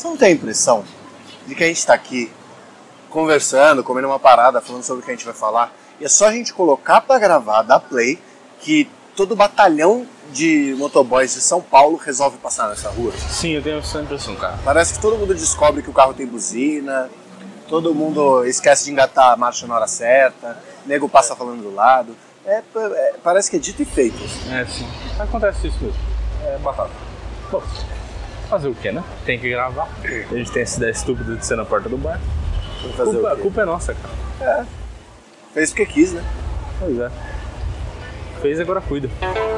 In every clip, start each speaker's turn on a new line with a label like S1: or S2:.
S1: Você não tem a impressão de que a gente está aqui conversando, comendo uma parada, falando sobre o que a gente vai falar, e é só a gente colocar pra gravar, dar play, que todo batalhão de motoboys de São Paulo resolve passar nessa rua?
S2: Sim, eu tenho essa impressão, cara.
S1: Parece que todo mundo descobre que o carro tem buzina, todo mundo esquece de engatar a marcha na hora certa, o nego passa falando do lado. Parece que é dito e feito.
S2: Sim. Acontece isso mesmo. É batata. Bom, fazer o quê, né? Tem que gravar. A gente tem essa ideia estúpida de ser na porta do bar. A culpa é nossa, cara.
S1: Fez porque quis, né?
S2: Pois é. Fez, agora cuida.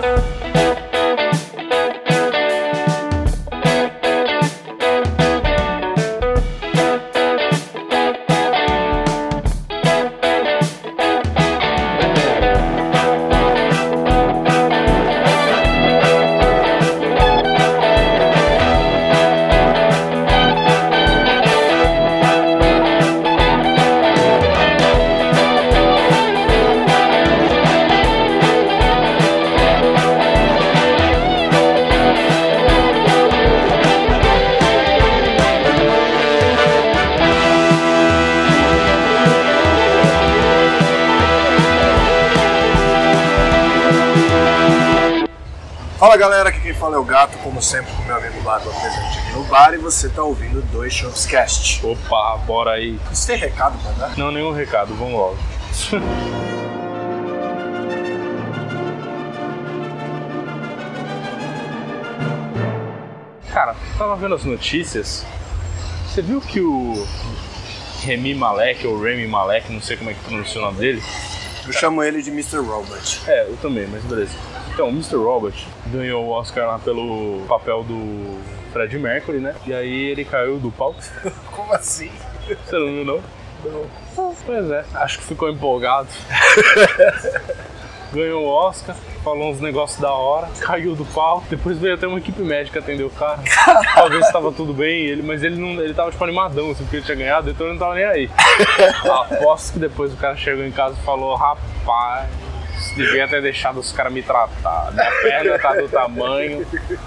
S1: Fala galera, aqui quem fala é o Gato, como sempre com meu amigo Bato presente aqui no bar, e você tá ouvindo Dois Chopps Cast.
S2: Opa, bora aí.
S1: Você tem recado pra dar?
S2: Não, nenhum recado, vamos logo. Cara, tava vendo as notícias, você viu que o Rami Malek, ou Rami Malek, não sei como é que pronuncia o nome dele.
S1: Eu chamo ele de Mr. Robot.
S2: Eu também, mas beleza. Então, o Mr. Robot ganhou o Oscar lá pelo papel do Freddie Mercury, né? E aí ele caiu do palco.
S1: Como assim?
S2: Você não viu, não?
S1: Não.
S2: Pois é, acho que ficou empolgado. Ganhou o Oscar, falou uns negócios da hora, caiu do palco. Depois veio até uma equipe médica atender o cara. Talvez estava tudo bem, mas ele tava tipo animadão, assim, porque ele tinha ganhado, então ele não tava nem aí. Aposto que depois o cara chegou em casa e falou: rapaz, devia ter deixado os caras me tratar. Minha perna tá do tamanho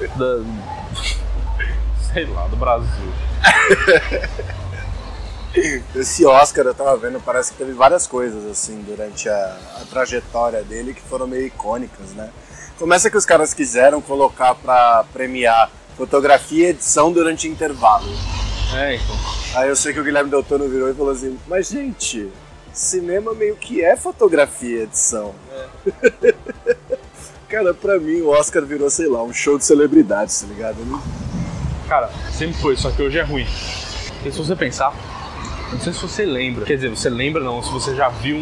S2: sei lá, do Brasil.
S1: Esse Oscar, eu tava vendo, parece que teve várias coisas assim durante a trajetória dele que foram meio icônicas, né? Começa que os caras quiseram colocar pra premiar fotografia e edição durante o intervalo.
S2: Então.
S1: Aí eu sei que o Guilherme Del Toro virou e falou assim: mas gente, cinema meio que é fotografia e edição. Cara, pra mim o Oscar virou, sei lá, um show de celebridades, tá ligado?
S2: Cara, sempre foi, só que hoje é ruim. Porque se você pensar, não sei se você lembra, quer dizer, você lembra não, se você já viu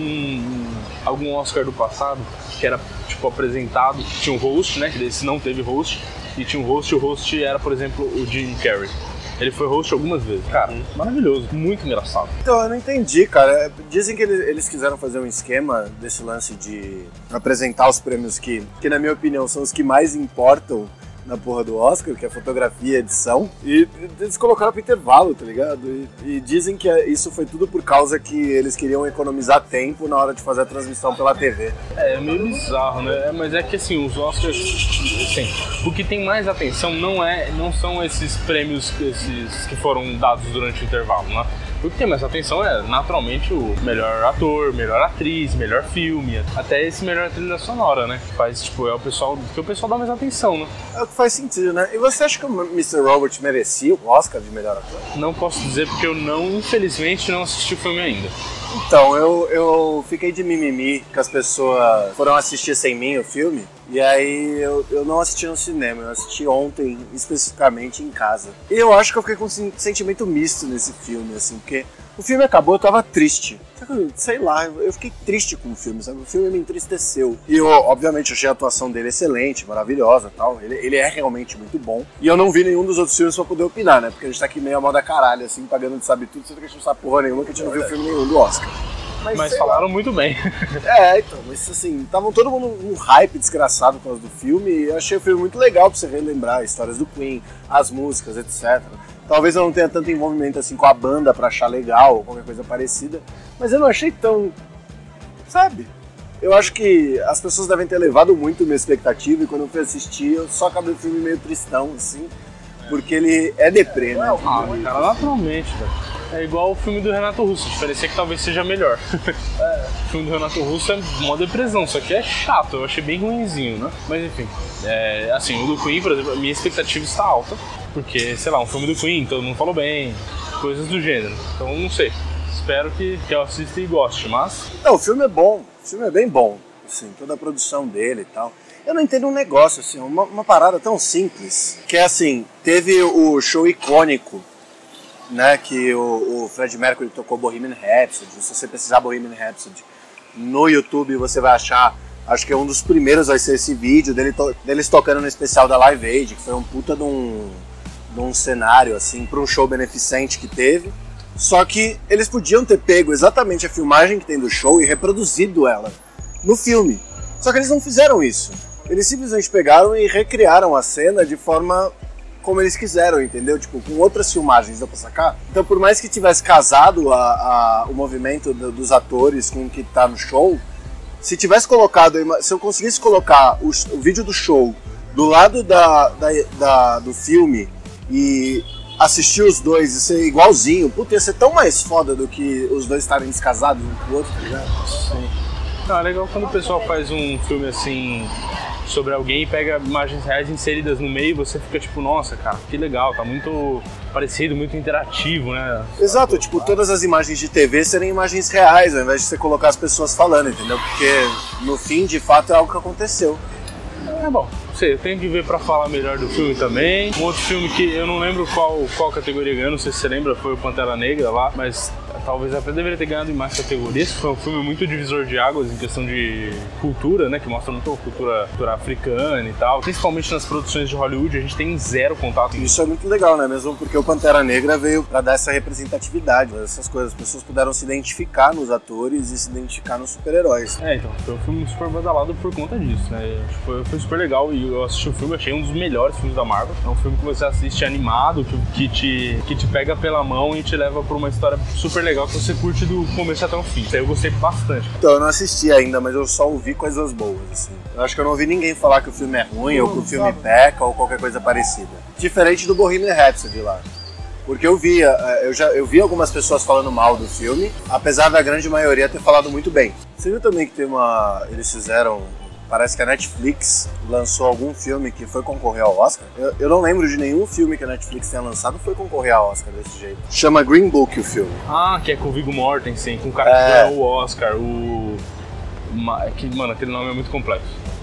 S2: algum Oscar do passado que era tipo apresentado, tinha um host, né, que desse não teve host, e tinha um host, o host era, por exemplo, o Jim Carrey. Ele foi host algumas vezes. Cara, maravilhoso, muito engraçado.
S1: Então, eu não entendi, cara. Dizem que eles quiseram fazer um esquema desse lance de apresentar os prêmios que na minha opinião, são os que mais importam na porra do Oscar, que é fotografia e edição, e eles colocaram pro intervalo, tá ligado? E dizem que isso foi tudo por causa que eles queriam economizar tempo na hora de fazer a transmissão pela TV.
S2: É meio bizarro, né? Mas é que assim, os Oscars, assim, o que tem mais atenção não são esses prêmios que foram dados durante o intervalo, né? O que tem mais atenção é, naturalmente, o melhor ator, melhor atriz, melhor filme, até esse melhor trilha sonora, né? Faz, tipo, que o pessoal dá mais atenção, né?
S1: É o que faz sentido, né? E você acha que o Mr. Robot merecia o Oscar de melhor ator?
S2: Não posso dizer porque eu infelizmente, não assisti o filme ainda.
S1: Então, eu fiquei de mimimi que as pessoas foram assistir sem mim o filme, e aí eu não assisti no cinema, eu assisti ontem, especificamente em casa. E eu acho que eu fiquei com um sentimento misto nesse filme, assim, porque o filme acabou, eu tava triste. Sei lá, eu fiquei triste com o filme, sabe? O filme me entristeceu. E eu, obviamente, achei a atuação dele excelente, maravilhosa e tal. Ele é realmente muito bom. E eu não vi nenhum dos outros filmes pra poder opinar, né? Porque a gente tá aqui meio a moda caralho, assim, pagando de sabe tudo, sendo que a gente não sabe porra nenhuma, que a gente não viu filme nenhum do Oscar.
S2: Mas falaram lá muito bem.
S1: Então, mas assim, tava todo mundo num hype desgraçado por causa do filme, e eu achei o filme muito legal pra você relembrar histórias do Queen, as músicas, etc. Talvez eu não tenha tanto envolvimento assim com a banda pra achar legal ou qualquer coisa parecida, mas eu não achei tão... sabe? Eu acho que as pessoas devem ter elevado muito minha expectativa, e quando eu fui assistir eu só acabei o filme meio tristão, assim. porque ele é deprê, né?
S2: Ah, cara, naturalmente, velho. É igual o filme do Renato Russo, a diferença é que talvez seja melhor. O filme do Renato Russo é uma depressão, só que é chato, eu achei bem ruinzinho, né? Mas enfim, assim, o do Queen, por exemplo, a minha expectativa está alta, porque, sei lá, um filme do Queen, todo mundo falou bem, coisas do gênero. Então, não sei, espero que eu assista e goste, mas...
S1: Não, o filme é bom, o filme é bem bom, assim, toda a produção dele e tal. Eu não entendo um negócio, assim, uma parada tão simples, que é assim, teve o show icônico, né, que o Freddie Mercury tocou Bohemian Rhapsody. Se você precisar Bohemian Rhapsody no YouTube, você vai achar, acho que um dos primeiros vai ser esse vídeo deles tocando no especial da Live Aid, que foi um puta de um cenário, assim, para um show beneficente que teve. Só que eles podiam ter pego exatamente a filmagem que tem do show e reproduzido ela no filme. Só que eles não fizeram isso. Eles simplesmente pegaram e recriaram a cena de forma como eles quiseram, entendeu? Tipo, com outras filmagens, deu pra sacar? Então, por mais que tivesse casado o movimento dos atores com o que tá no show, se tivesse colocado, se eu conseguisse colocar o vídeo do show do lado do filme e assistir os dois e ser igualzinho, puta, ia ser tão mais foda do que os dois estarem descasados um com o outro, tá ligado?
S2: Sim. Não, é legal quando o pessoal faz um filme assim sobre alguém e pega imagens reais inseridas no meio e você fica tipo, nossa, cara, que legal, tá muito parecido, muito interativo, né?
S1: Exato, tipo, todas as imagens de TV serem imagens reais, ao invés de você colocar as pessoas falando, entendeu? Porque no fim, de fato, é algo que aconteceu.
S2: É bom, sei, eu tenho que ver pra falar melhor do filme também. Um outro filme que eu não lembro qual categoria ganhou, não sei se você lembra, foi o Pantera Negra lá, mas talvez até deveria ter ganhado em mais categorias. Foi um filme muito divisor de águas em questão de cultura, né? Que mostra muito a cultura africana e tal. Principalmente nas produções de Hollywood, a gente tem zero contato.
S1: Isso é muito legal, né? Mesmo porque o Pantera Negra veio pra dar essa representatividade, essas coisas. As pessoas puderam se identificar nos atores e se identificar nos super-heróis.
S2: Então, foi um filme super badalado por conta disso, né? Foi super legal e eu assisti o filme, achei um dos melhores filmes da Marvel. É um filme que você assiste animado, que te pega pela mão e te leva por uma história super legal que você curte do começo até o fim. Isso aí eu gostei bastante.
S1: Então, eu não assisti ainda, mas eu só ouvi coisas boas, assim. Eu acho que eu não ouvi ninguém falar que o filme é ruim ou que o filme peca ou qualquer coisa parecida. Diferente do Bohemian Rhapsody lá. Porque eu vi algumas pessoas falando mal do filme, apesar da grande maioria ter falado muito bem. Você viu também que eles fizeram... Parece que a Netflix lançou algum filme que foi concorrer ao Oscar. Eu não lembro de nenhum filme que a Netflix tenha lançado que foi concorrer ao Oscar desse jeito. Chama Green Book o filme.
S2: Ah, que é com o Viggo Mortensen, com o cara que ganhou o Oscar. Mano, aquele nome é muito complexo.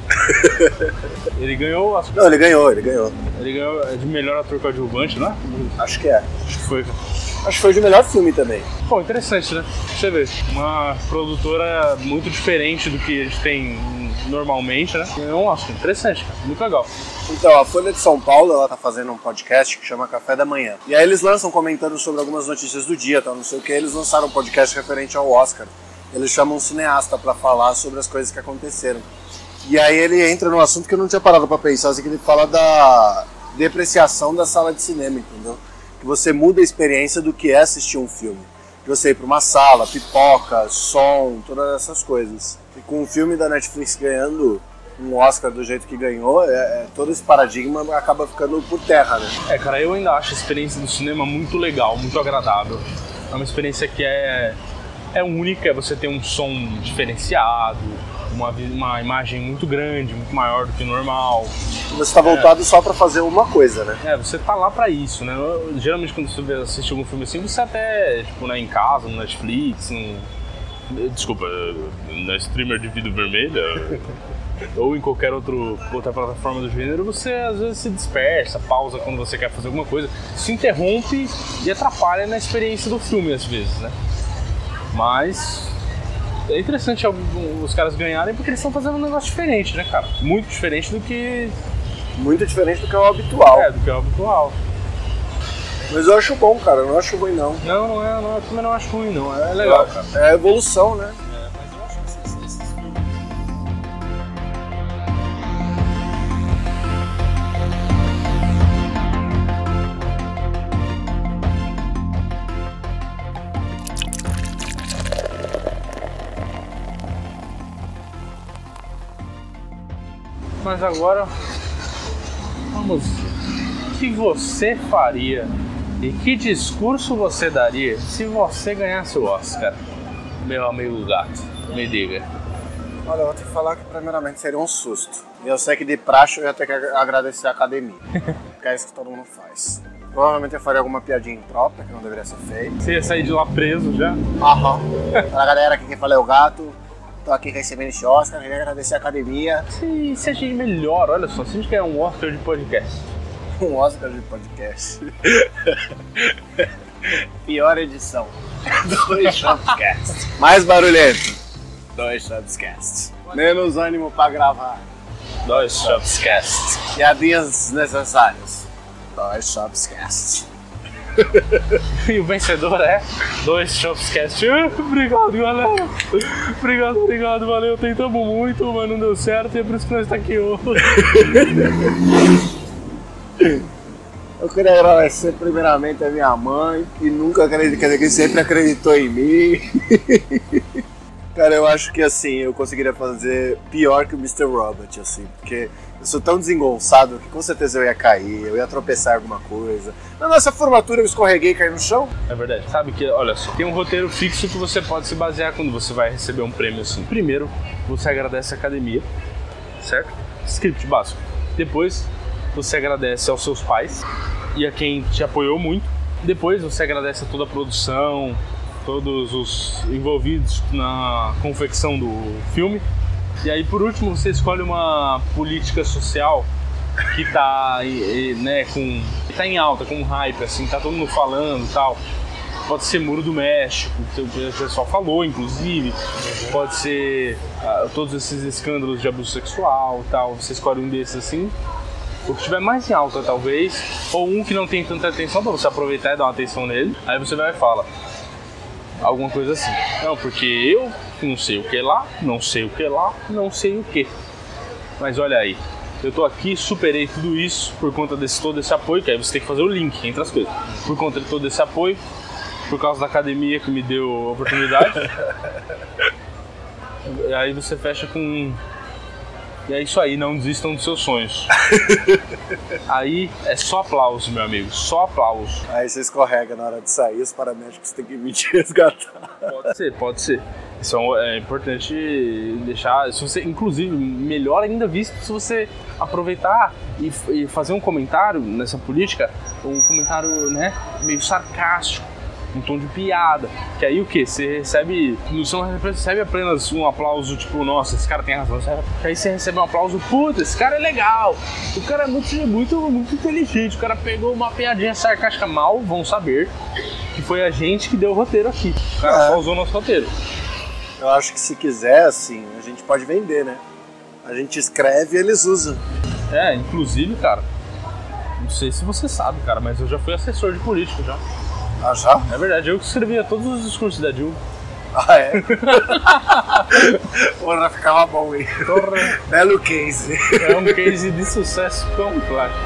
S2: Ele ganhou o Oscar.
S1: Não, ele ganhou.
S2: Ele ganhou de melhor ator coadjuvante, não é?
S1: Acho que é.
S2: Acho que foi.
S1: Acho que foi de melhor filme também.
S2: Pô, interessante, né? Você vê, uma produtora muito diferente do que a gente tem normalmente, né? É um Oscar interessante, cara. Muito legal.
S1: Então, a Folha de São Paulo, ela tá fazendo um podcast que chama Café da Manhã. E aí eles lançam comentando sobre algumas notícias do dia, tal, não sei o que. Eles lançaram um podcast referente ao Oscar. Eles chamam um cineasta pra falar sobre as coisas que aconteceram. E aí ele entra num assunto que eu não tinha parado pra pensar, assim, que ele fala da depreciação da sala de cinema, entendeu? Que você muda a experiência do que é assistir um filme. De você ir pra uma sala, pipoca, som, todas essas coisas. E com o filme da Netflix ganhando um Oscar do jeito que ganhou, todo esse paradigma acaba ficando por terra, né?
S2: Cara, eu ainda acho a experiência do cinema muito legal, muito agradável. É uma experiência que é única, você tem um som diferenciado, uma imagem muito grande, muito maior do que o normal.
S1: Você está voltado só para fazer uma coisa, né?
S2: Você tá lá para isso, né? Geralmente quando você assiste algum filme assim, você até, tipo, né, em casa, no Netflix, desculpa, na streamer de vídeo vermelha, ou em qualquer outra plataforma do gênero, você às vezes se dispersa, pausa quando você quer fazer alguma coisa, se interrompe e atrapalha na experiência do filme às vezes, né? Mas é interessante os caras ganharem porque eles estão fazendo um negócio diferente, né, cara? Muito diferente do que
S1: o habitual.
S2: Do que é o habitual.
S1: Mas eu acho bom, cara, eu não acho ruim, não.
S2: Não, eu também não acho ruim, não. É legal, cara.
S1: É evolução, né?
S2: Mas eu acho que esses filmes... Mas agora, vamos que você faria e que discurso você daria se você ganhasse o Oscar? Meu amigo gato, me diga.
S1: Olha, eu vou te falar que primeiramente seria um susto. E eu sei que de praxe eu ia ter que agradecer a academia. Que é isso que todo mundo faz. Provavelmente eu faria alguma piadinha imprópria que não deveria ser feita.
S2: Você ia sair de lá preso já?
S1: Aham. Fala galera, aqui quem fala é o Gato. Tô aqui recebendo esse Oscar, queria agradecer a academia.
S2: Se a gente melhor, olha só, se a gente ganhar um Oscar de podcast.
S1: Um Oscar de podcast. Pior edição. 2 Shopscasts. Mais barulhento. 2 Shopscasts. Menos ânimo pra gravar.
S2: 2 Shopscasts.
S1: Piadinhas desnecessárias. 2 Shopscasts.
S2: E o vencedor é 2 Shopscasts. Obrigado, galera. Obrigado, valeu. Tentamos muito, mas não deu certo e é por isso que nós estamos aqui hoje.
S1: Eu queria agradecer primeiramente a minha mãe, que nunca acreditou, quer dizer, que sempre acreditou em mim. Cara, eu acho que assim, eu conseguiria fazer pior que o Mr. Robot, assim, porque eu sou tão desengonçado que com certeza eu ia cair, eu ia tropeçar em alguma coisa. Na nossa formatura eu escorreguei e caí no chão.
S2: É verdade. Sabe que, olha só, tem um roteiro fixo que você pode se basear quando você vai receber um prêmio assim. Primeiro, você agradece a academia, certo? Script básico. Depois, você agradece aos seus pais e a quem te apoiou muito. Depois, você agradece a toda a produção, todos os envolvidos na confecção do filme. E aí, por último, você escolhe uma política social que tá, né, tá em alta, com hype, assim, tá todo mundo falando e tal. Pode ser Muro do México, que o pessoal falou, inclusive. Pode ser todos esses escândalos de abuso sexual e tal. Você escolhe um desses, assim. O que estiver mais em alta, talvez. Ou um que não tem tanta atenção, pra você aproveitar e dar uma atenção nele. Aí você vai e fala alguma coisa assim. Não, porque eu não sei o que lá, não sei o que lá, não sei o que. Mas olha aí, eu tô aqui, superei tudo isso por conta desse todo esse apoio, que aí você tem que fazer o link entre as coisas. Por conta de todo esse apoio, por causa da academia que me deu a oportunidade. E aí você fecha com... E é isso aí, não desistam dos seus sonhos. Aí é só aplauso, meu amigo, só aplauso.
S1: Aí você escorrega na hora de sair, os paramédicos têm que vir te resgatar.
S2: Pode ser. Isso é importante deixar, se você, inclusive, melhor ainda visto se você aproveitar e fazer um comentário nessa política, um comentário, né, meio sarcástico, um tom de piada, que aí o que? Você recebe, você não recebe apenas um aplauso tipo, nossa, esse cara tem razão, aí você recebe um aplauso, puta, esse cara é legal, o cara é muito inteligente, o cara pegou uma piadinha sarcástica, mal vão saber que foi a gente que deu o roteiro aqui, o cara só usou o nosso roteiro.
S1: Eu acho que se quiser, assim, a gente pode vender, né? A gente escreve e eles usam.
S2: Inclusive, cara, não sei se você sabe, cara, mas eu já fui assessor de político já.
S1: Ah, já?
S2: É verdade, eu que escrevia todos os discursos da Dilma.
S1: Ah, é? Porra, ficava bom, hein?
S2: Porra.
S1: Belo case.
S2: É um case de sucesso completo.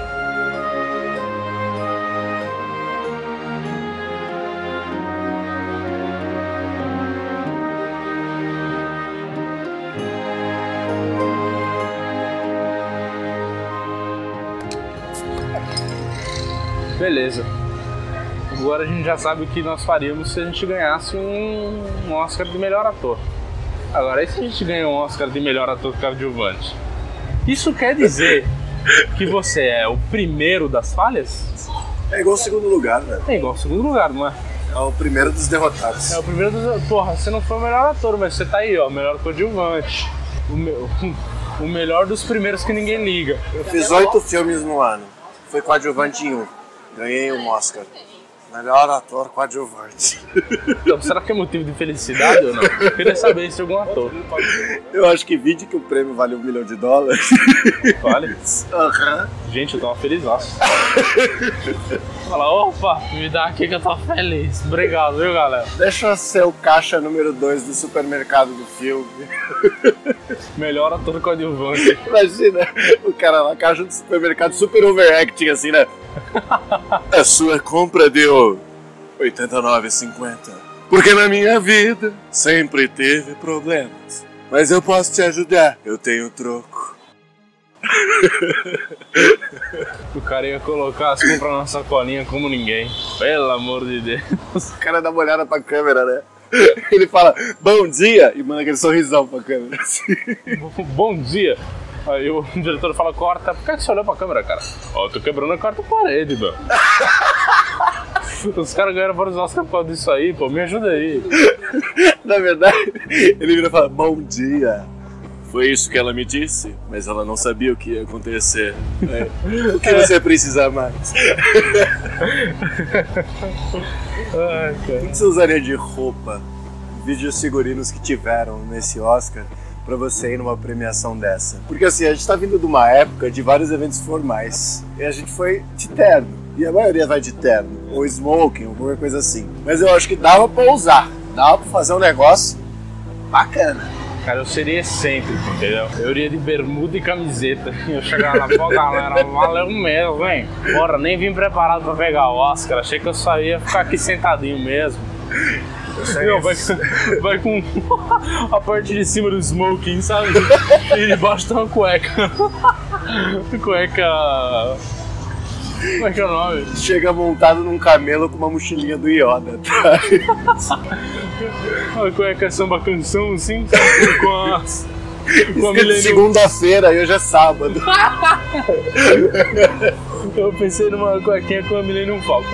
S2: Beleza. Agora a gente já sabe o que nós faríamos se a gente ganhasse um Oscar de melhor ator. Agora, e se a gente ganha um Oscar de melhor ator coadjuvante? Isso quer dizer que você é o primeiro das falhas?
S1: É igual o segundo lugar, velho.
S2: É igual o segundo lugar, não é?
S1: É o primeiro dos derrotados.
S2: É o primeiro dos... Porra, você não foi o melhor ator, mas você tá aí, ó, melhor coadjuvante. O melhor dos primeiros que ninguém liga.
S1: Eu fiz 8 filmes no ano. Fui coadjuvante em 1. Ganhei um Oscar. Melhor ator coadjuvante.
S2: Então, será que é motivo de felicidade ou não? Eu queria saber se algum ator.
S1: Eu acho que vide que o prêmio vale $1 milhão.
S2: Vale?
S1: Aham.
S2: Gente, eu tava felizaço. Fala, opa, me dá aqui que eu tô feliz. Obrigado, viu, galera?
S1: Deixa eu ser o caixa número 2 do supermercado do filme.
S2: Melhor ator coadjuvante.
S1: Imagina, o cara lá, caixa do supermercado, super overacting, assim, né? A sua compra deu R$89,50. Porque na minha vida sempre teve problemas. Mas eu posso te ajudar, eu tenho troco.
S2: O cara ia colocar as compras na sacolinha como ninguém. Pelo amor de Deus.
S1: O cara dá uma olhada pra câmera, né? Ele fala, bom dia, e manda aquele sorrisão pra câmera. Assim.
S2: Bom dia. Aí o diretor fala, corta. Por que você olhou pra câmera, cara? Ó, eu tô quebrando a quarta parede, meu. Os caras ganharam vários Oscars por causa disso aí, pô. Me ajuda aí.
S1: Na verdade, ele vira e fala, bom dia. Foi isso que ela me disse, mas ela não sabia o que ia acontecer. O que você precisa mais?
S2: Ai, cara.
S1: O que você usaria de roupa? Vídeos figurinos que tiveram nesse Oscar pra você ir numa premiação dessa? Porque assim, a gente tá vindo de uma época de vários eventos formais. E a gente foi de terno. E a maioria vai de terno. Ou smoking, ou qualquer coisa assim. Mas eu acho que dava pra usar. Dava pra fazer um negócio bacana.
S2: Cara, eu seria excêntrico, entendeu? Eu iria de bermuda e camiseta. Eu chegava lá, pô, galera, valeu mesmo, hein? Porra, nem vim preparado pra pegar o Oscar. Achei que eu só ia ficar aqui sentadinho mesmo. Não, vai com a parte de cima do smoking, sabe? E embaixo tá uma cueca. Cueca... Como é que é o nome?
S1: Chega montado num camelo com uma mochilinha do Yoda, tá?
S2: Uma cueca samba canção, assim, sabe? Com a Millennium...
S1: Segunda-feira, e hoje é sábado.
S2: Eu pensei numa cuequinha com a Millennium Falcon.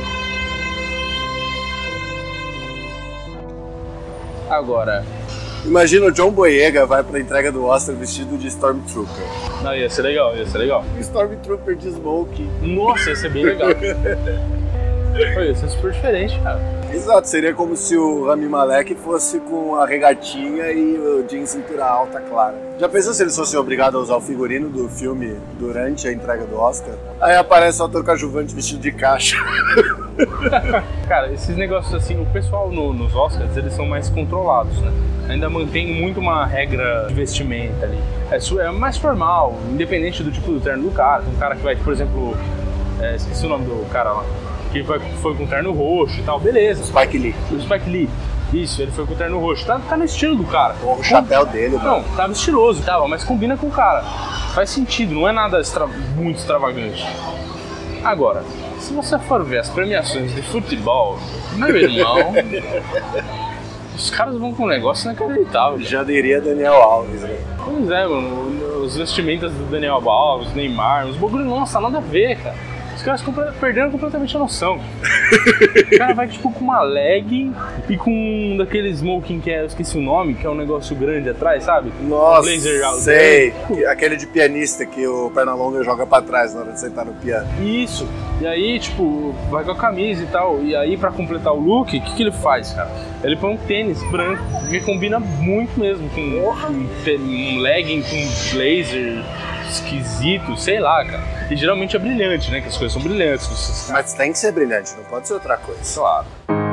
S2: Agora...
S1: Imagina o John Boyega vai pra entrega do Oscar vestido de Stormtrooper.
S2: Não, ia ser legal, ia ser legal.
S1: Stormtrooper de smoking.
S2: Nossa, ia ser bem legal. Ia ser super diferente, cara.
S1: Exato, seria como se o Rami Malek fosse com a regatinha e o jeans cintura alta clara. Já pensou se eles fossem obrigados a usar o figurino do filme durante a entrega do Oscar? Aí aparece o ator coadjuvante vestido de caixa.
S2: Cara, esses negócios assim, o pessoal nos Oscars, eles são mais controlados, né? Ainda mantém muito uma regra de vestimenta ali. É mais formal, independente do tipo do terno do cara. Tem um cara que vai, por exemplo, esqueci o nome do cara lá, que foi com terno roxo e tal, beleza.
S1: Spike Lee.
S2: O Spike Lee. Isso, ele foi com o terno roxo. Tá no estilo do cara.
S1: O chapéu dele,
S2: não, tava estiloso e tal, mas combina com o cara. Faz sentido, não é nada muito extravagante. Agora, se você for ver as premiações de futebol, meu irmão, os caras vão com um negócio inacreditável.
S1: Já diria Daniel Alves, né?
S2: Pois é, mano, os vestimentas do Daniel Alves, Neymar, os bagulho, nossa, nada a ver, cara. Os caras perderam completamente a noção. O cara vai tipo com uma legging e com um daqueles smoking que eu esqueci o nome, que é um negócio grande atrás, sabe?
S1: Nossa,
S2: blazer
S1: sei. Aquele de pianista que o Pernalonga joga pra trás na hora de sentar no piano.
S2: Isso. E aí, tipo, vai com a camisa e tal. E aí, pra completar o look, o que ele faz, cara? Ele põe um tênis branco, que combina muito mesmo com um legging, com um blazer esquisito, sei lá, cara. E geralmente é brilhante, né? Que as coisas são brilhantes.
S1: Mas tem que ser brilhante, não pode ser outra coisa.
S2: Claro.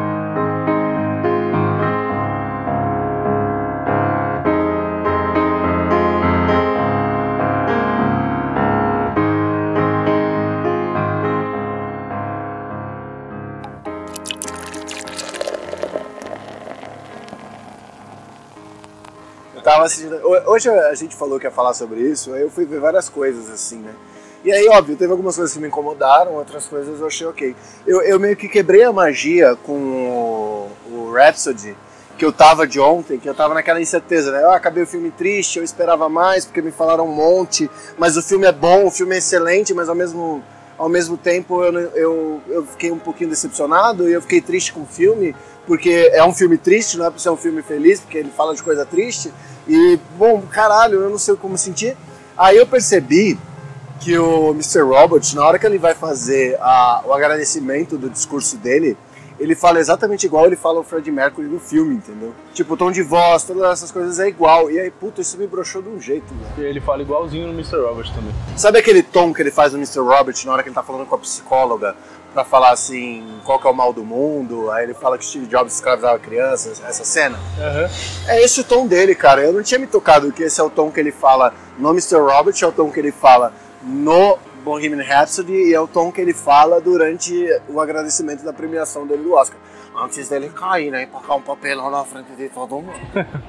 S1: Eu tava assistindo... Hoje a gente falou que ia falar sobre isso, aí eu fui ver várias coisas assim, né? E aí, óbvio, teve algumas coisas que me incomodaram, outras coisas eu achei ok. Eu meio que quebrei a magia com o Rhapsody, que eu tava de ontem, que eu tava naquela incerteza, né? Eu acabei o filme triste, eu esperava mais, porque me falaram um monte, mas o filme é bom, o filme é excelente, mas ao mesmo tempo eu fiquei um pouquinho decepcionado e eu fiquei triste com o filme, porque é um filme triste, não é pra ser um filme feliz, porque ele fala de coisa triste. E, bom, caralho, eu não sei como sentir. Aí eu percebi que o Mr. Robot, na hora que ele vai fazer o agradecimento do discurso dele, ele fala exatamente igual ele fala o Freddie Mercury no filme, entendeu? Tipo, o tom de voz, todas essas coisas é igual. E aí, puta, isso me broxou de um jeito, velho.
S2: Ele fala igualzinho no Mr. Robot também.
S1: Sabe aquele tom que ele faz no Mr. Robot na hora que ele tá falando com a psicóloga pra falar assim, qual que é o mal do mundo? Aí ele fala que Steve Jobs escravizava crianças, essa cena.
S2: Uhum.
S1: É esse o tom dele, cara. Eu não tinha me tocado que esse é o tom que ele fala no Mr. Robot, é o tom que ele fala no Bohemian Rhapsody e é o tom que ele fala durante o agradecimento da premiação dele do Oscar. Antes dele cair, né? E pagar um papelão na frente de todo mundo.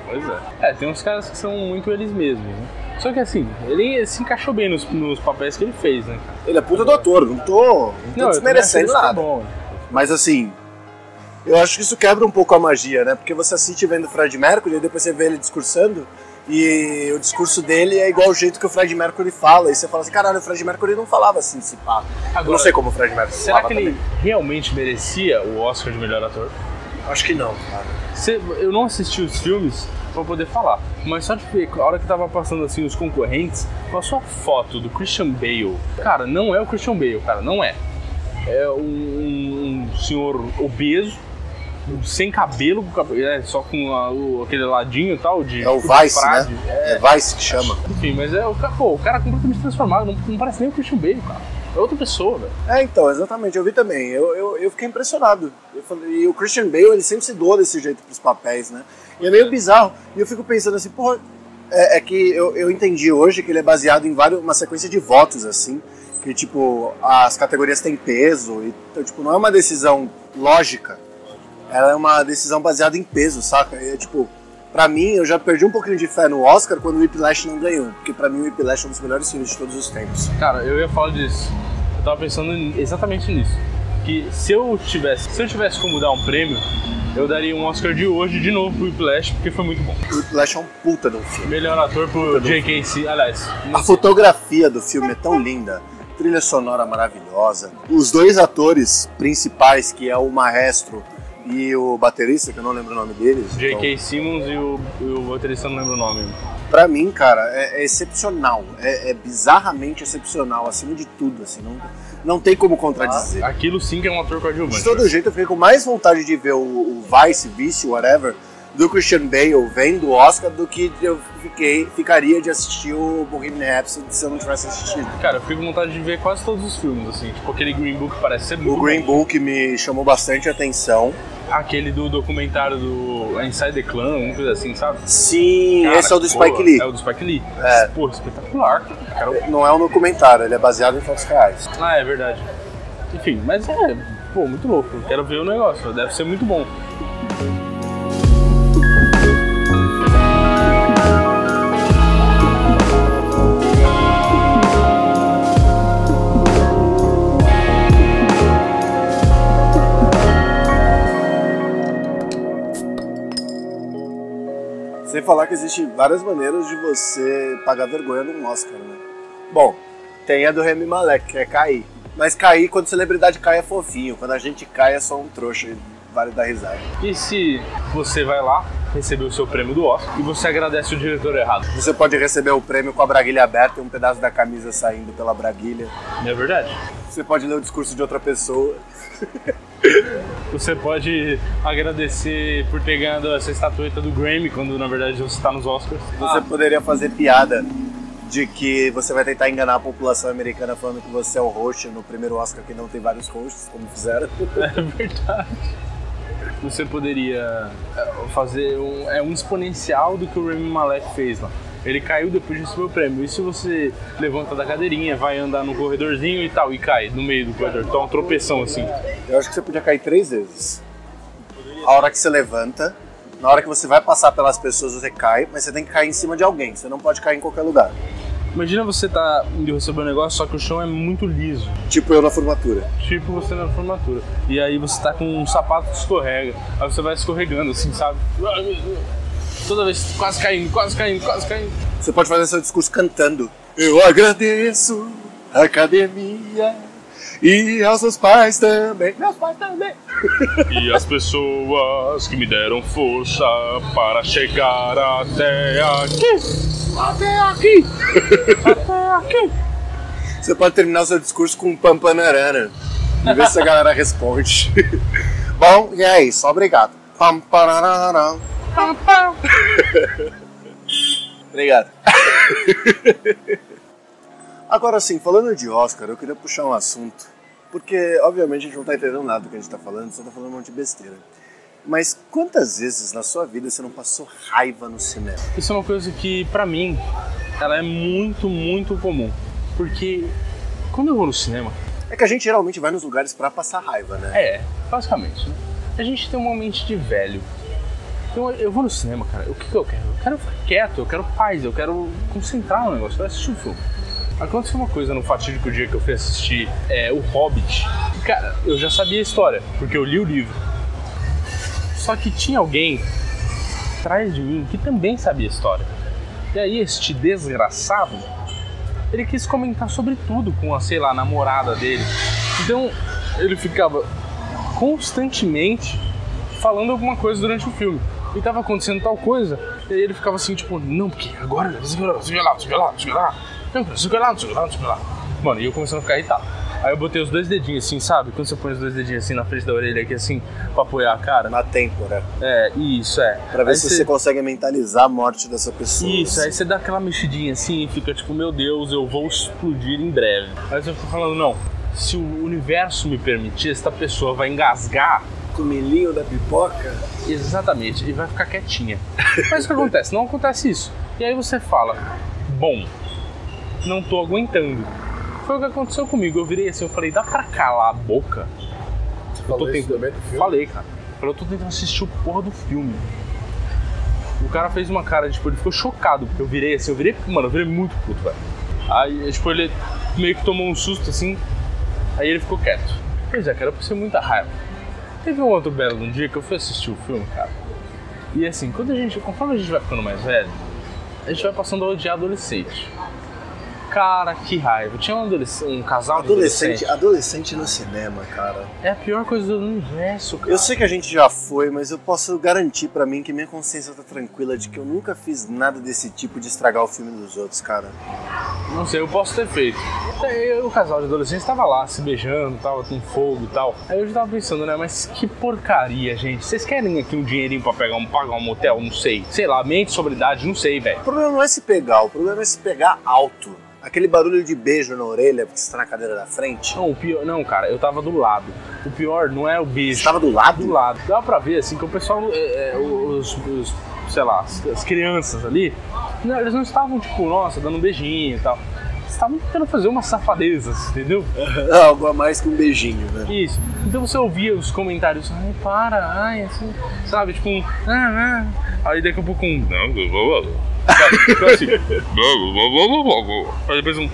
S2: Pois é. Tem uns caras que são muito eles mesmos, né? Só que assim, ele se encaixou bem nos papéis que ele fez, né, cara?
S1: Ele é puta do ator, não tô desmerecendo nada.
S2: Bom.
S1: Mas assim, eu acho que isso quebra um pouco a magia, né? Porque você assiste vendo o Freddie Mercury e depois você vê ele discursando e o discurso dele é igual ao jeito que o Freddie Mercury fala. E você fala assim, caralho, o Freddie Mercury não falava assim, esse pá. Eu não sei como o Freddie Mercury
S2: será
S1: falava
S2: que ele
S1: também.
S2: realmente merecia o Oscar de melhor ator?
S1: Acho que não, cara.
S2: Eu não assisti os filmes pra poder falar, mas só de ver, a hora que tava passando assim os concorrentes, passou a foto do Christian Bale. Cara, não é o Christian Bale, cara, não é. É um senhor obeso, sem cabelo, só com aquele ladinho e tal.
S1: É o Vice, né? É Vice que chama.
S2: Enfim, mas o cara completamente transformado, não parece nem o Christian Bale, cara. É outra pessoa, velho.
S1: Então, exatamente, eu vi também. Eu fiquei impressionado. E o Christian Bale, ele sempre se doa desse jeito pros papéis, né? E é meio bizarro. E eu fico pensando assim, porra, é que eu entendi hoje que ele é baseado em uma sequência de votos, assim. Que, tipo, as categorias têm peso. Então, tipo, não é uma decisão lógica. Ela é uma decisão baseada em peso, saca? E, tipo, pra mim, eu já perdi um pouquinho de fé no Oscar quando o Whiplash não ganhou. Porque pra mim o Whiplash é um dos melhores filmes de todos os tempos.
S2: Cara, eu ia falar disso. Eu tava pensando exatamente nisso. Que se eu tivesse como dar um prêmio, eu daria um Oscar de hoje de novo pro Whiplash, porque foi muito bom.
S1: O Whiplash é um puta de um filme.
S2: Melhor ator pro J.K. Aliás,
S1: a fotografia do filme é tão linda. Trilha sonora maravilhosa. Os dois atores principais, que é o maestro e o baterista, que eu não lembro o nome deles.
S2: J.K. Simmons e o baterista, eu não lembro o nome.
S1: Pra mim, cara, é excepcional. É bizarramente excepcional, acima de tudo, assim. Não tem como contradizer.
S2: Aquilo sim que é um ator coadjuvante.
S1: De todo jeito, eu fiquei com mais vontade de ver o Vice, whatever, do Christian Bale vendo o Oscar do que eu ficaria de assistir o Bohemian Rhapsody se eu não tivesse assistido.
S2: Cara, eu fiquei com vontade de ver quase todos os filmes, assim. Tipo, aquele Green Book parece ser muito
S1: O Green Book me chamou bastante atenção.
S2: Aquele do documentário do Inside the Clan, alguma coisa assim, sabe?
S1: Sim,
S2: cara,
S1: esse é o do Spike Lee.
S2: É o do Spike Lee.
S1: É.
S2: Pô, espetacular. Cara.
S1: Não é um documentário, ele é baseado em fatos reais.
S2: É verdade. Enfim, mas muito louco. Eu quero ver o negócio, deve ser muito bom.
S1: Sem falar que existem várias maneiras de você pagar vergonha num Oscar, né? Bom, tem a do Rami Malek, que é cair. Mas cair, quando celebridade cai é fofinho. Quando a gente cai é só um trouxa e vale dar risada.
S2: E se você vai lá, receber o seu prêmio do Oscar e você agradece o diretor errado?
S1: Você pode receber o prêmio com a braguilha aberta e um pedaço da camisa saindo pela braguilha.
S2: É verdade.
S1: Você pode ler o discurso de outra pessoa.
S2: Você pode agradecer por ter ganhado essa estatueta do Grammy, quando na verdade você está nos Oscars.
S1: Você poderia fazer piada de que você vai tentar enganar a população americana falando que você é o host no primeiro Oscar que não tem vários hosts, como fizeram.
S2: É verdade. Você poderia fazer um exponencial do que o Rami Malek fez lá. Ele caiu depois de receber o prêmio. E se você levanta da cadeirinha, vai andar no corredorzinho e tal, e cai no meio do corredor? Então, uma tropeção assim.
S1: Eu acho que você podia cair 3 vezes. A hora que você levanta, na hora que você vai passar pelas pessoas, você cai, mas você tem que cair em cima de alguém. Você não pode cair em qualquer lugar.
S2: Imagina você tá indo receber um negócio, só que o chão é muito liso.
S1: Tipo eu na formatura.
S2: Tipo você na formatura. E aí você tá com um sapato que escorrega. Aí você vai escorregando assim, sabe? Toda vez quase caindo.
S1: Você pode fazer seu discurso cantando. Eu agradeço a academia e aos seus pais também. Meus pais também.
S2: E as pessoas que me deram força para chegar até aqui. Até aqui. Até aqui.
S1: Você pode terminar o seu discurso com um pampanarana. E ver se a galera responde. Bom, e é isso. Obrigado. Pampanarana. Obrigado. Agora sim, falando de Oscar, eu queria puxar um assunto. Porque, obviamente, a gente não tá entendendo nada do que a gente tá falando, só tá falando um monte de besteira. Mas quantas vezes na sua vida você não passou raiva no cinema?
S2: Isso é uma coisa que, pra mim, ela é muito, muito comum. Porque quando eu vou no cinema...
S1: É que a gente geralmente vai nos lugares pra passar raiva, né?
S2: É, basicamente, né? A gente tem uma mente de velho. Então eu vou no cinema, cara, o que eu quero? Eu quero ficar quieto, eu quero paz, eu quero concentrar no negócio, eu quero assistir o filme. Aconteceu uma coisa no fatídico dia que eu fui assistir O Hobbit. E, cara, eu já sabia a história, porque eu li o livro. Só que tinha alguém atrás de mim que também sabia a história. E aí este desgraçado, ele quis comentar sobre tudo com a, sei lá, namorada dele. Então ele ficava constantemente falando alguma coisa durante o filme. E tava acontecendo tal coisa, e aí ele ficava assim, tipo, não, porque agora, não sei o que lá. Mano, e eu começando a ficar irritado. Aí eu botei os 2 dedinhos assim, sabe? Quando você põe os 2 dedinhos assim na frente da orelha aqui assim, pra apoiar a cara.
S1: Na têmpora.
S2: Isso,
S1: Pra ver aí se você consegue mentalizar a morte dessa pessoa.
S2: Isso, assim. Aí você dá aquela mexidinha assim e fica tipo, meu Deus, eu vou explodir em breve. Aí você fica falando, não, se o universo me permitir, esta pessoa vai engasgar
S1: com o milhinho da pipoca.
S2: Exatamente, e vai ficar quietinha. Mas o que acontece? Não acontece isso. E aí você fala, bom, não tô aguentando. Foi o que aconteceu comigo. Eu virei assim, eu falei, dá pra calar a boca?
S1: Você falou isso também do filme?
S2: Falei, cara. Eu tô tentando assistir o porra do filme. O cara fez uma cara, tipo, ele ficou chocado, porque eu virei assim, eu virei muito puto, velho. Aí, tipo, ele meio que tomou um susto, assim, aí ele ficou quieto. Pois é, cara, eu passei muita raiva. Teve um outro belo dia que eu fui assistir o filme, cara. E assim, conforme a gente vai ficando mais velho, a gente vai passando a odiar adolescente. Cara, que raiva. Tinha um casal de adolescente.
S1: Adolescente no cinema, cara.
S2: É a pior coisa do universo, cara.
S1: Eu sei que a gente já foi, mas eu posso garantir pra mim que minha consciência tá tranquila de que eu nunca fiz nada desse tipo de estragar o filme dos outros, cara.
S2: Não sei, eu posso ter feito. O casal de adolescentes tava lá, se beijando, tava com fogo e tal. Aí eu já tava pensando, né, mas que porcaria, gente. Vocês querem aqui um dinheirinho pra pagar um motel? Não sei. Sei lá, mente sobre idade, não sei, velho.
S1: O problema não é se pegar, o problema é se pegar alto. Aquele barulho de beijo na orelha, porque você tá na cadeira da frente.
S2: Não, o pior... Não, cara, eu tava do lado. O pior não é o beijo.
S1: Você tava do lado?
S2: Do lado. Dá pra ver, assim, que o pessoal... sei lá, as crianças ali, eles não estavam, tipo, nossa, dando um beijinho e tal. Eles estavam tentando fazer umas safadezas, entendeu?
S1: Algo a mais que um beijinho, né?
S2: Isso. Então você ouvia os comentários, ai, para, ai, assim, sabe, tipo um... Aí daqui a pouco um... Sabe, tipo assim... Aí depois um...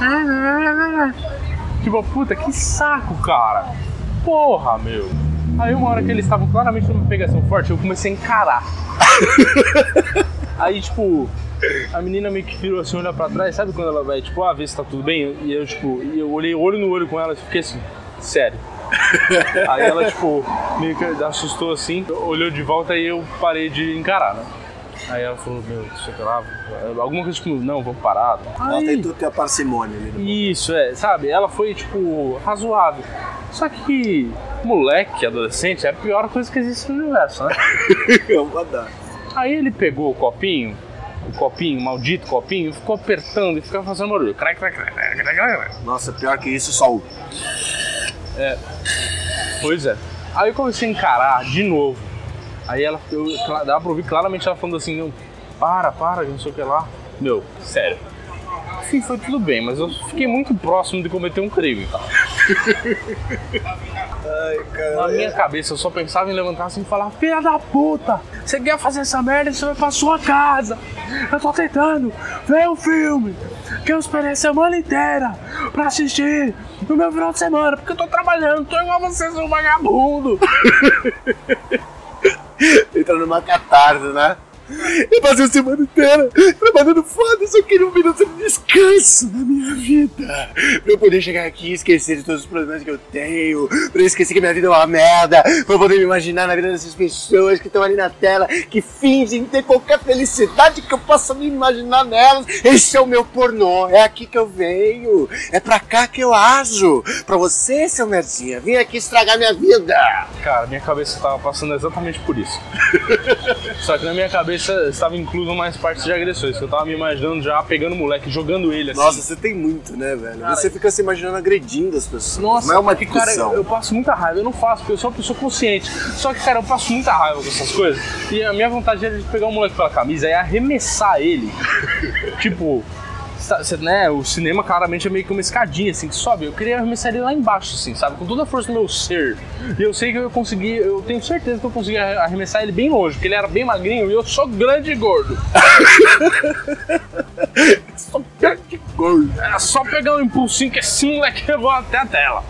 S2: Tipo, puta, que saco, cara. Porra, meu. Aí uma hora que eles estavam claramente numa pegação forte, eu comecei a encarar. Aí, tipo... A menina meio que virou assim, olha pra trás, sabe quando ela vai, tipo, ver se tá tudo bem? E eu, tipo, eu olhei olho no olho com ela e fiquei assim, sério. Aí ela, tipo, meio que assustou assim, olhou de volta e eu parei de encarar, né? Aí ela falou, meu, sei lá, alguma coisa tipo, não, vamos parar.
S1: Ela tentou ter a parcimônia ali no
S2: Isso, sabe? Ela foi, tipo, razoável. Só que moleque, adolescente, é a pior coisa que existe no universo, né?
S1: Vamos dar.
S2: Aí ele pegou o copinho, maldito copinho, ficou apertando e ficava fazendo barulho.
S1: Nossa, pior que isso, só o...
S2: Pois é. Aí eu comecei a encarar de novo. Aí dava pra ouvir claramente ela falando assim, não, para, não sei o que lá. Meu, sério. Enfim, foi tudo bem, mas eu fiquei muito próximo de cometer um crime, tá?
S1: Ai, cara.
S2: Na minha cabeça eu só pensava em levantar assim e falar, filha da puta, você quer fazer essa merda, você vai pra sua casa. Eu tô tentando ver o filme que eu esperei a semana inteira pra assistir no meu final de semana, porque eu tô trabalhando, tô igual você, seu vagabundo.
S1: Entrando numa catarse, né? Eu passei a semana inteira trabalhando foda, só queria um minuto de descanso na minha vida. Pra eu poder chegar aqui e esquecer de todos os problemas que eu tenho, pra eu esquecer que minha vida é uma merda, pra eu poder me imaginar na vida dessas pessoas que estão ali na tela, que fingem ter qualquer felicidade que eu possa me imaginar nelas. Esse é o meu pornô, é aqui que eu venho, é pra cá que eu ajo. Pra você, seu merdinha, vim aqui estragar minha vida.
S2: Cara, minha cabeça tava passando exatamente por isso. Só que na minha cabeça estava incluso mais partes de agressões, que eu tava me imaginando já pegando o moleque, jogando ele assim.
S1: Nossa, você tem muito, né, velho? Cara, você fica se imaginando agredindo as pessoas.
S2: Nossa,
S1: não é uma
S2: discussão. Cara, eu passo muita raiva, eu não faço, porque eu sou uma pessoa consciente. Só que, cara, eu passo muita raiva com essas coisas. E a minha vontade era de pegar o moleque pela camisa e arremessar ele. Tipo, né, o cinema claramente é meio que uma escadinha, assim, que sobe. Eu queria arremessar ele lá embaixo, assim, sabe? Com toda a força do meu ser. E eu sei que eu tenho certeza que eu consegui arremessar ele bem longe, porque ele era bem magrinho e eu sou grande e gordo. Sou grande e gordo. É só pegar um impulsinho que esse moleque eu vou até a tela.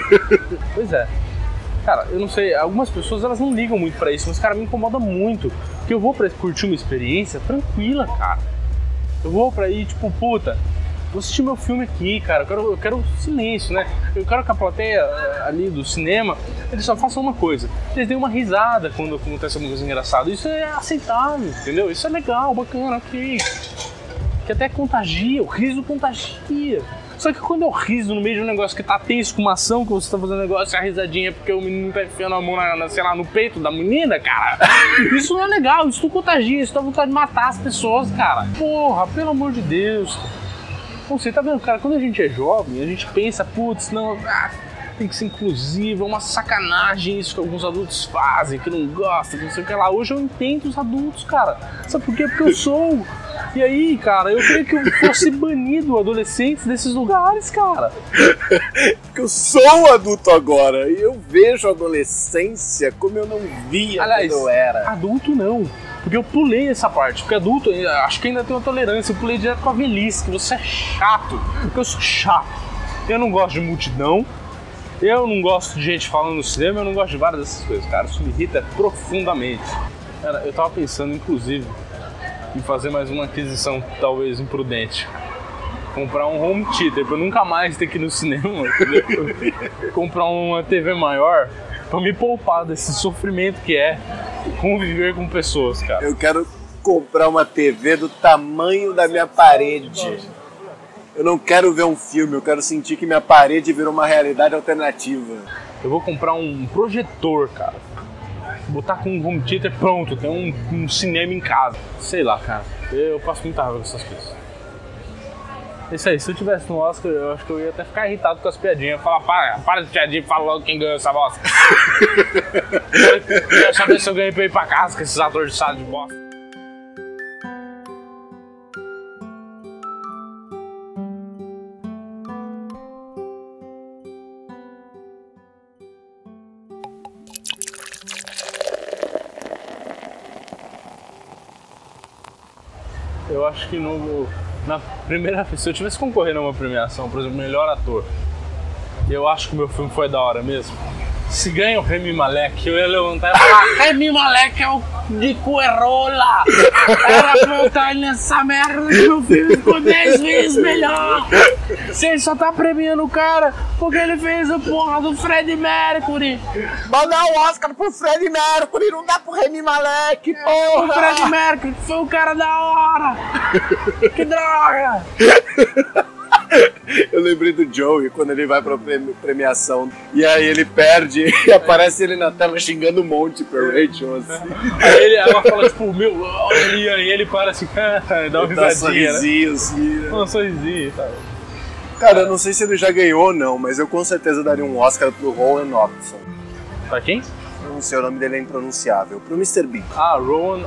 S2: Pois é. Cara, eu não sei, algumas pessoas elas não ligam muito pra isso, mas, cara, me incomoda muito. Porque eu vou pra curtir uma experiência tranquila, cara. Eu vou pra ir, tipo, puta, vou assistir meu filme aqui, cara. Eu quero silêncio, né? Eu quero que a plateia ali do cinema, eles só façam uma coisa. Eles deem uma risada quando acontece alguma coisa engraçada. Isso é aceitável, entendeu? Isso é legal, bacana, ok. Que até contagia, o riso contagia. Só que quando eu riso no meio de um negócio que tá tenso com uma ação, que você tá fazendo um negócio, a risadinha porque o menino tá enfiando a mão sei lá, no peito da menina, cara. Isso não é legal, isso não contagia, isso dá vontade de matar as pessoas, cara. Porra, pelo amor de Deus. Bom, você tá vendo, cara, quando a gente é jovem, a gente pensa, putz, não, tem que ser inclusivo, é uma sacanagem isso que alguns adultos fazem, que não gostam, que não sei o que lá. Hoje eu entendo os adultos, cara. Sabe por quê? Porque eu sou. E aí, cara, eu queria que eu fosse banido adolescentes desses lugares, cara.
S1: Porque eu sou adulto agora e eu vejo a adolescência como eu não via. Aliás, quando eu era.
S2: Adulto não. Porque eu pulei essa parte. Porque adulto, acho que ainda tem uma tolerância. Eu pulei direto com a velhice, que você é chato. Porque eu sou chato. Eu não gosto de multidão. Eu não gosto de gente falando no cinema. Eu não gosto de várias dessas coisas, cara. Isso me irrita profundamente. Cara, eu tava pensando, inclusive, em fazer mais uma aquisição talvez imprudente. Comprar um home theater pra eu nunca mais ter que ir no cinema, entendeu? Comprar uma TV maior pra me poupar desse sofrimento que é conviver com pessoas, cara.
S1: Eu quero comprar uma TV do tamanho da minha parede. Eu não quero ver um filme, eu quero sentir que minha parede virou uma realidade alternativa.
S2: Eu vou comprar um projetor, cara. Botar com um home theater pronto, tem um cinema em casa. Sei lá, cara. Eu passo muita raiva com essas coisas. É isso aí, se eu tivesse no Oscar, eu acho que eu ia até ficar irritado com as piadinhas. Falar, para de piadinha, fala logo quem ganhou essa bosta. Eu queria saber se eu ganhei pra ir pra casa com esses atores de sala de bosta. Eu acho que na primeira vez, se eu tivesse concorrendo a uma premiação, por exemplo, melhor ator, eu acho que o meu filme foi da hora mesmo. Se ganha o Rami Malek, eu ia levantar e falar: Rami Malek é o de Cuerola! Era pra eu estar nessa merda que meu filme ficou 10 vezes melhor! Você só tá premiando o cara porque ele fez a porra do Freddie Mercury!
S1: Vai dar o Oscar pro Freddie Mercury, não dá pro Rami Malek, porra!
S2: O Freddie Mercury foi o cara da hora! Que droga!
S1: Eu lembrei do Joey quando ele vai pra premiação e aí ele perde e aparece ele na tela xingando um monte pra Rachel, assim.
S2: Aí ela fala, tipo, meu, e aí ele para assim, dá uma risadinha,
S1: sorrisinho, assim, né?
S2: Um sorrisinho, tá.
S1: Cara, eu não sei se ele já ganhou ou não, mas eu com certeza daria um Oscar pro Rowan Atkinson.
S2: Pra quem?
S1: Eu não sei, o nome dele é impronunciável. Pro Mr. Bean.
S2: Rowan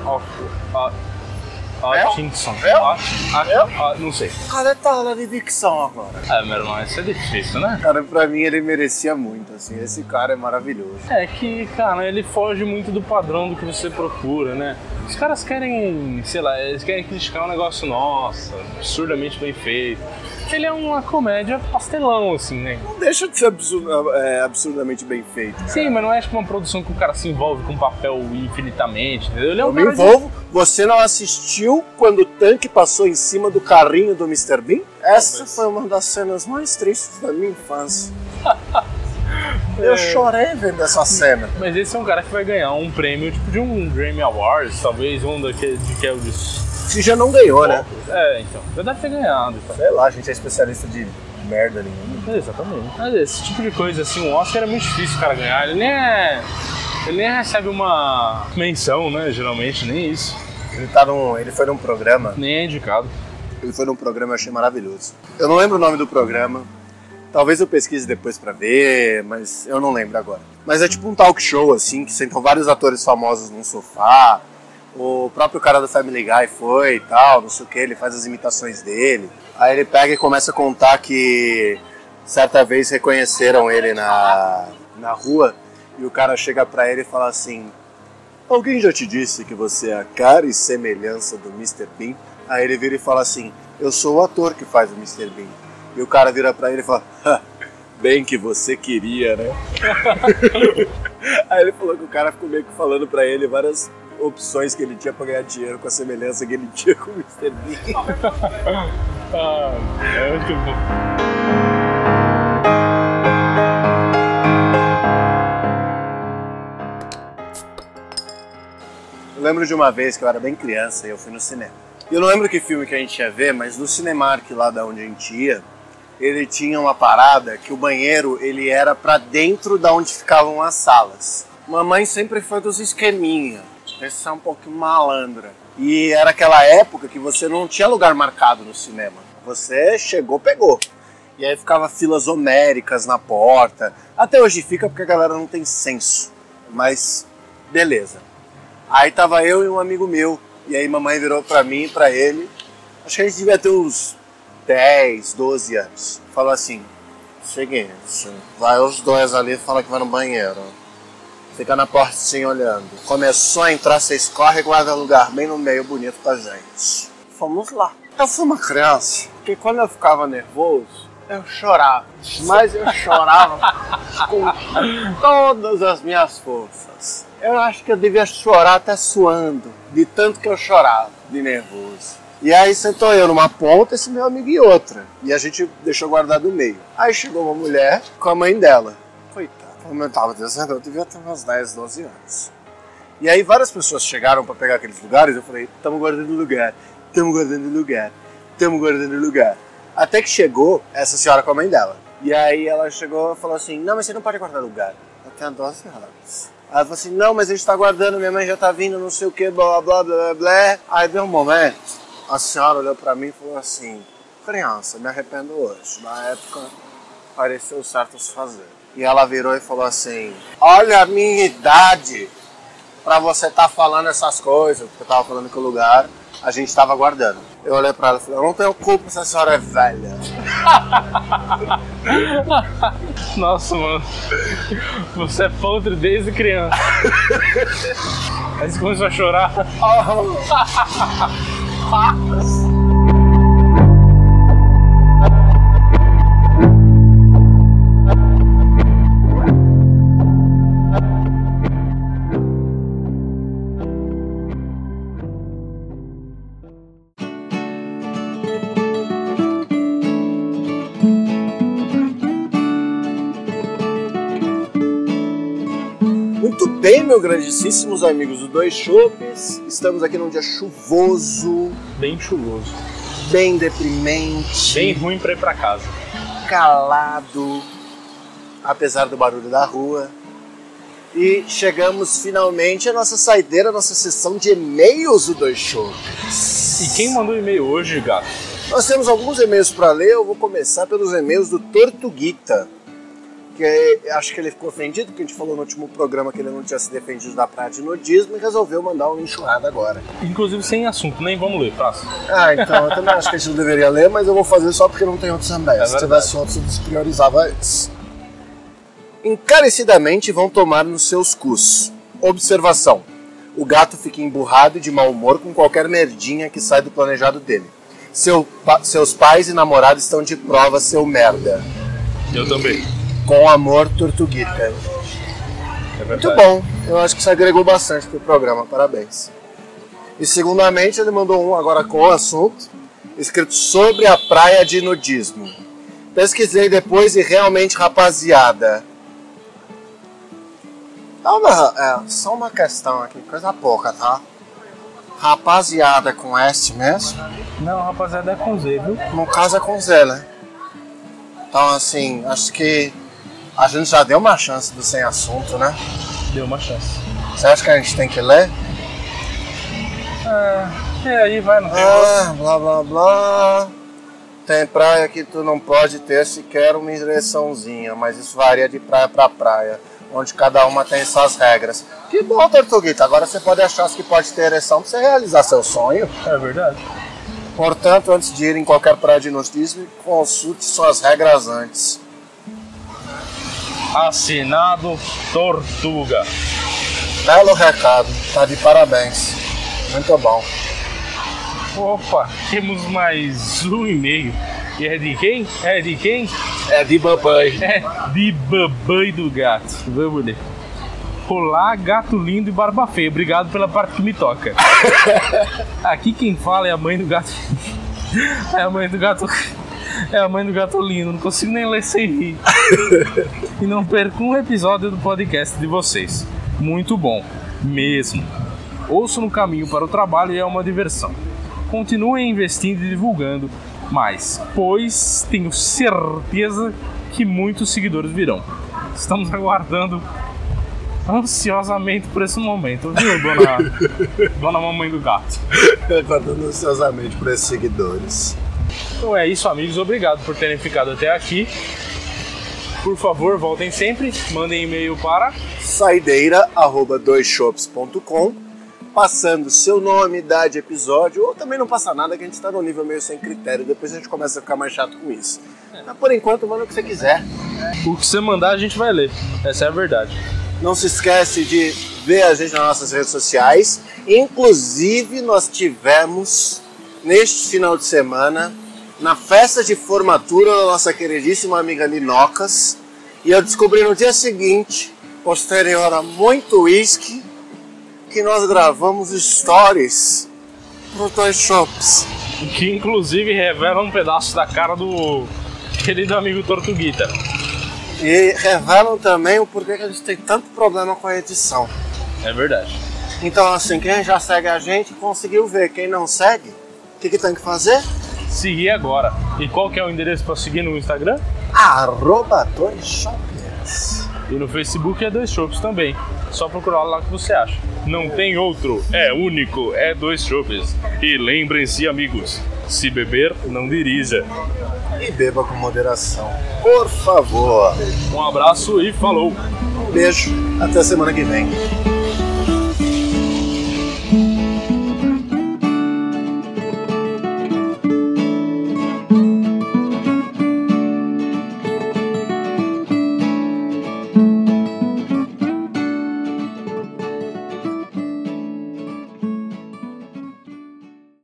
S2: Atkinson. Não sei.
S1: Cara, tá lá de dicção agora.
S2: Meu irmão, isso é difícil, né?
S1: Cara, pra mim ele merecia muito, assim. Esse cara é maravilhoso.
S2: É que, cara, ele foge muito do padrão do que você procura, né? Os caras querem, sei lá, eles querem criticar um negócio, nossa, absurdamente bem feito. Ele é uma comédia pastelão, assim, né?
S1: Não deixa de ser absurdamente bem feito. Cara.
S2: Sim, mas não é tipo uma produção que o cara se envolve com papel infinitamente, entendeu? Ele é um
S1: eu me envolvo. Você não assistiu quando o tanque passou em cima do carrinho do Mr. Bean? Essa foi uma das cenas mais tristes da minha infância. Eu chorei vendo essa cena.
S2: Mas esse é um cara que vai ganhar um prêmio, tipo de um Grammy Awards, talvez um daquele que é o de...
S1: Se já não ganhou, né?
S2: Então. Já deve ter ganhado. Então.
S1: Sei lá, a gente é especialista de merda nenhuma.
S2: Exatamente. Mas esse tipo de coisa, assim, o Oscar é muito difícil o cara ganhar. Ele nem recebe uma menção, né? Geralmente, nem isso.
S1: Ele foi num programa.
S2: Nem é indicado.
S1: Ele foi num programa, eu achei maravilhoso. Eu não lembro o nome do programa. Talvez eu pesquise depois pra ver, mas eu não lembro agora. Mas é tipo um talk show, assim, que sentam vários atores famosos num sofá. O próprio cara do Family Guy foi e tal, não sei o que, ele faz as imitações dele. Aí ele pega e começa a contar que certa vez reconheceram ele na rua e o cara chega pra ele e fala assim: alguém já te disse que você é a cara e semelhança do Mr. Bean? Aí ele vira e fala assim: eu sou o ator que faz o Mr. Bean. E o cara vira pra ele e fala: bem que você queria, né? Aí ele falou que o cara ficou meio que falando pra ele várias opções que ele tinha pra ganhar dinheiro com a semelhança que ele tinha com o Mr. Bean.
S2: É muito bom.
S1: Eu lembro de uma vez que eu era bem criança e eu fui no cinema. E eu não lembro que filme que a gente ia ver, mas no Cinemark lá da onde a gente ia, ele tinha uma parada que o banheiro ele era pra dentro da onde ficavam as salas. Mamãe sempre foi dos esqueminha, esse é um pouquinho malandra. E era aquela época que você não tinha lugar marcado no cinema. Você chegou, pegou. E aí ficava filas homéricas na porta. Até hoje fica porque a galera não tem senso. Mas beleza. Aí tava eu e um amigo meu. E aí mamãe virou pra mim e pra ele. Acho que a gente devia ter uns 10, 12 anos. Falou assim: seguinte, vai os dois ali e fala que vai no banheiro. Fica na portinha olhando. Começou a entrar, você escorre e guarda lugar bem no meio, bonito pra gente. Fomos lá. Eu fui uma criança que quando eu ficava nervoso, eu chorava. Mas eu chorava com todas as minhas forças. Eu acho que eu devia chorar até suando, de tanto que eu chorava, de nervoso. E aí sentou eu numa ponta, esse meu amigo em outra. E a gente deixou guardado no meio. Aí chegou uma mulher com a mãe dela. Coitada. Como eu tava dizendo, eu devia ter uns 10, 12 anos. E aí várias pessoas chegaram pra pegar aqueles lugares. Eu falei: tamo guardando lugar, tamo guardando lugar, tamo guardando lugar. Até que chegou essa senhora com a mãe dela. E aí ela chegou e falou assim: não, mas você não pode guardar lugar. Eu tenho 12 anos. Aí ela falou assim: não, mas a gente tá guardando, minha mãe já tá vindo, não sei o que, blá blá blá blá blá. Aí deu um momento, a senhora olhou pra mim e falou assim: criança, me arrependo hoje. Na época pareceu certo se fazer. E ela virou e falou assim: olha a minha idade pra você tá falando essas coisas. Porque eu tava falando que o lugar a gente tava guardando. Eu olhei pra ela e falei: eu não tenho culpa se a senhora é velha.
S2: Nossa, mano. Você é podre desde criança. Aí você começou a chorar.
S1: Muito bem, meus grandíssimos amigos do Dois Chopes. Estamos aqui num dia chuvoso,
S2: Bem chuloso.
S1: bem deprimente,
S2: Bem ruim pra ir pra casa.
S1: calado, apesar do barulho da rua. E chegamos finalmente à nossa saideira, à nossa sessão de e-mails do Dois Chopes.
S2: E quem mandou e-mail hoje, gato?
S1: Nós temos alguns e-mails para ler. Eu vou começar pelos e-mails do Tortuguita, que acho que ele ficou ofendido, porque a gente falou no último programa que ele não tinha se defendido da praia de nudismo e resolveu mandar uma enxurrada agora.
S2: Inclusive sem assunto, nem vamos ler, passa.
S1: Ah, então, eu também acho que a gente não deveria ler, mas eu vou fazer só porque não tem outros ambés. Se tivesse outros, eu despriorizava eles. Encarecidamente vão tomar nos seus cus. Observação: o gato fica emburrado e de mau humor com qualquer merdinha que sai do planejado dele. Seus pais e namorados estão de prova, seu merda.
S2: Eu também.
S1: Com amor, Tortuguita.
S2: É verdade.
S1: Muito bom, eu acho que isso agregou bastante pro programa, parabéns. E segundamente ele mandou um agora com o assunto, escrito sobre a praia de nudismo. Pesquisei depois e realmente, rapaziada... só uma questão aqui, coisa pouca, tá? Rapaziada com S mesmo?
S2: Não, rapaziada, é com Z, viu?
S1: No caso é com Z, né? Então assim, acho que a gente já deu uma chance do sem assunto, né?
S2: Deu uma chance.
S1: Você acha que a gente tem que ler?
S2: Aí vai, não tem outro.
S1: Blá blá blá. Tem praia que tu não pode ter sequer uma ereçãozinha, mas isso varia de praia pra praia. onde cada uma tem suas regras. Que bom, Tortuguita, agora você pode achar que pode ter ereção para você realizar seu sonho.
S2: É verdade.
S1: Portanto, antes de ir em qualquer praia de nudismo, consulte suas regras antes.
S2: Assinado Tortuga.
S1: Belo recado, tá de parabéns. Muito bom.
S2: Opa, temos mais um e-mail. E é de quem? É de quem?
S1: É de babai.
S2: É de babai do gato. Vamos ler. Olá, gato lindo e barba feia. Obrigado pela parte que me toca. Aqui quem fala é a mãe do gato. É a mãe do gato. É a mãe do gato lindo. Não consigo nem ler sem rir. E não perco um episódio do podcast de vocês. Muito bom. Mesmo. Ouço no caminho para o trabalho e é uma diversão. Continuem investindo e divulgando mais, pois tenho certeza que muitos seguidores virão. Estamos aguardando ansiosamente por esse momento, viu, dona mamãe do gato?
S1: Aguardando ansiosamente por esses seguidores.
S2: Então é isso, amigos. Obrigado por terem ficado até aqui. Por favor, voltem sempre. Mandem e-mail para
S1: saideira@doisshops.com, passando seu nome, idade, episódio, ou também não passa nada, que a gente está num nível meio sem critério. Depois a gente começa a ficar mais chato com isso. Mas por enquanto, manda o que você quiser.
S2: O que você mandar a gente vai ler. Essa é a verdade.
S1: Não se esquece de ver a gente nas nossas redes sociais. Inclusive, nós tivemos, neste final de semana, na festa de formatura da nossa queridíssima amiga Linocas. E eu descobri no dia seguinte, posterior a muito uísque, que nós gravamos stories pro Toy Shops.
S2: Que inclusive revela um pedaço da cara do querido amigo Tortuguita.
S1: E revelam também o porquê que a gente tem tanto problema com a edição.
S2: É verdade.
S1: Então assim, quem já segue a gente conseguiu ver. Quem não segue, o que tem que fazer?
S2: Seguir agora. E qual que é o endereço para seguir no Instagram?
S1: @doisshops.
S2: E no Facebook é Dois Shops também. Só procurar lá que você acha. Não tem outro, é único, é Dois Shops. E lembrem-se, amigos, se beber, não dirija.
S1: E beba com moderação, por favor.
S2: Um abraço e falou!
S1: Um beijo, até semana que vem.